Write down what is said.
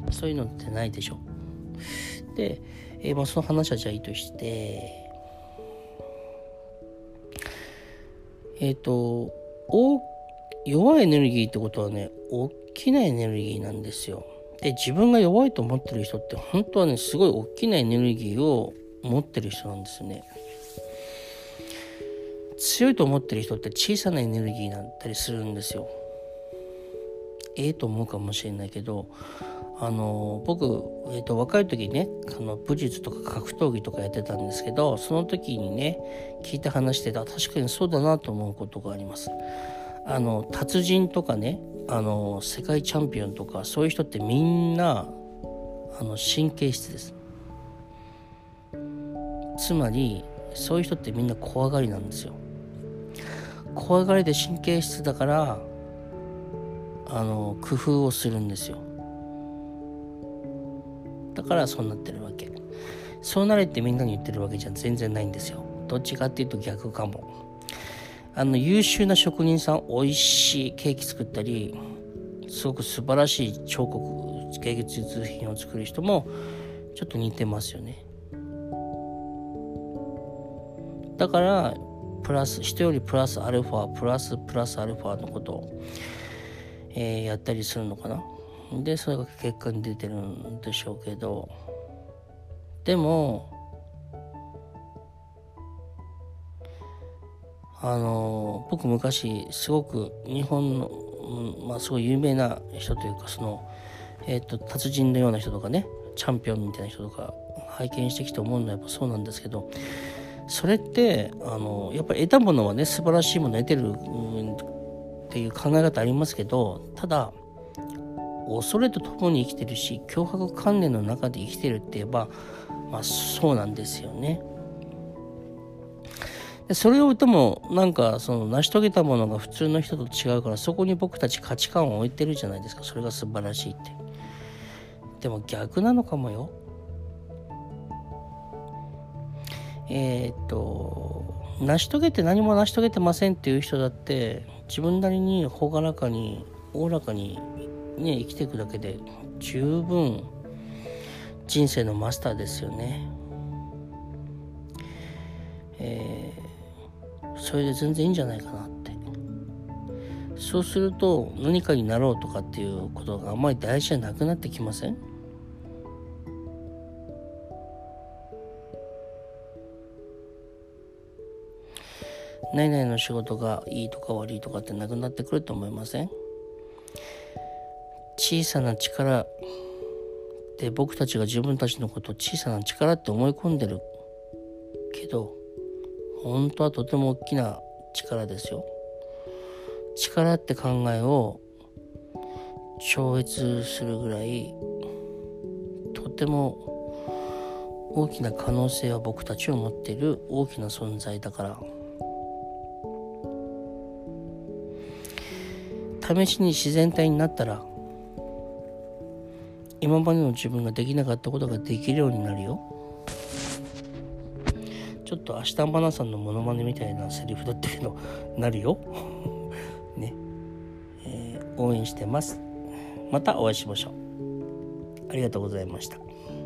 そういうのってないでしょ。で、その話はじゃあいいとして、弱いエネルギーってことはね、大きなエネルギーなんですよ。で、自分が弱いと思ってる人って本当はね、すごい大きなエネルギーを持ってる人なんですよね。強いと思ってる人って小さなエネルギーだったりするんですよ。と思うかもしれないけど、僕、若い時ね、武術とか格闘技とかやってたんですけど、その時にね、聞いて話してた、確かにそうだなと思うことがあります。達人とかね、世界チャンピオンとか、そういう人ってみんな神経質です。つまりそういう人ってみんな怖がりなんですよ。怖がりで神経質だから工夫をするんですよ。だからそうなってるわけ。そうなれってみんなに言ってるわけじゃ全然ないんですよ。どっちかっていうと逆かも。優秀な職人さん、美味しいケーキ作ったり、すごく素晴らしい彫刻芸術品を作る人もちょっと似てますよね。だから人よりプラスアルファプラスアルファのことを、やったりするのかな。でそれが結果に出てるんでしょうけど、でも僕昔すごく日本の、すごい有名な人というか、達人のような人とかね、チャンピオンみたいな人とか拝見してきて思うのはやっぱそうなんですけど、それってやっぱり得たものはね、素晴らしいものを得てる、っていう考え方ありますけど、ただ恐れとともに生きてるし、脅迫観念の中で生きてるって言えばそうなんですよね。でそれをでも成し遂げたものが普通の人と違うから、そこに僕たち価値観を置いてるじゃないですか。それが素晴らしいって。でも逆なのかもよ。成し遂げて何も成し遂げてませんっていう人だって、自分なりに朗らかにおおらかにね生きていくだけで十分人生のマスターですよね。それで全然いいんじゃないかなって。そうすると何かになろうとかっていうことがあんまり大事じゃなくなってきません？何々の仕事がいいとか悪いとかってなくなってくると思いません？小さな力で、僕たちが自分たちのことを小さな力って思い込んでるけど、本当はとても大きな力ですよ。力って考えを超越するぐらいとても大きな可能性は僕たちを持っている大きな存在だから、試しに自然体になったら今までの自分ができなかったことができるようになるよ。ちょっと明日マナさんのモノマネみたいなセリフだったけどなるよね、応援してます。またお会いしましょう。ありがとうございました。